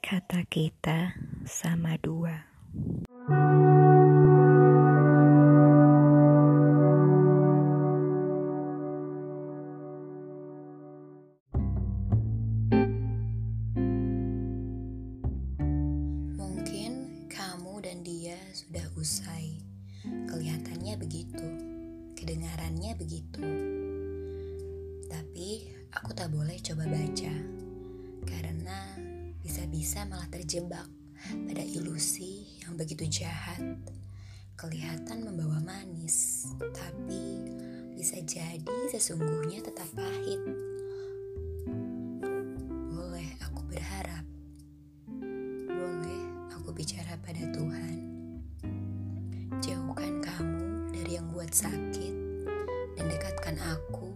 Kata kita sama dua. Mungkin kamu dan dia sudah usai. Kelihatannya begitu, kedengarannya begitu. Tapi aku tak boleh coba baca, karena bisa-bisa malah terjebak pada ilusi yang begitu jahat. Kelihatan membawa manis, tapi bisa jadi sesungguhnya tetap pahit. Boleh aku berharap, boleh aku bicara pada Tuhan. Jauhkan kamu dari yang buat sakit dan dekatkan aku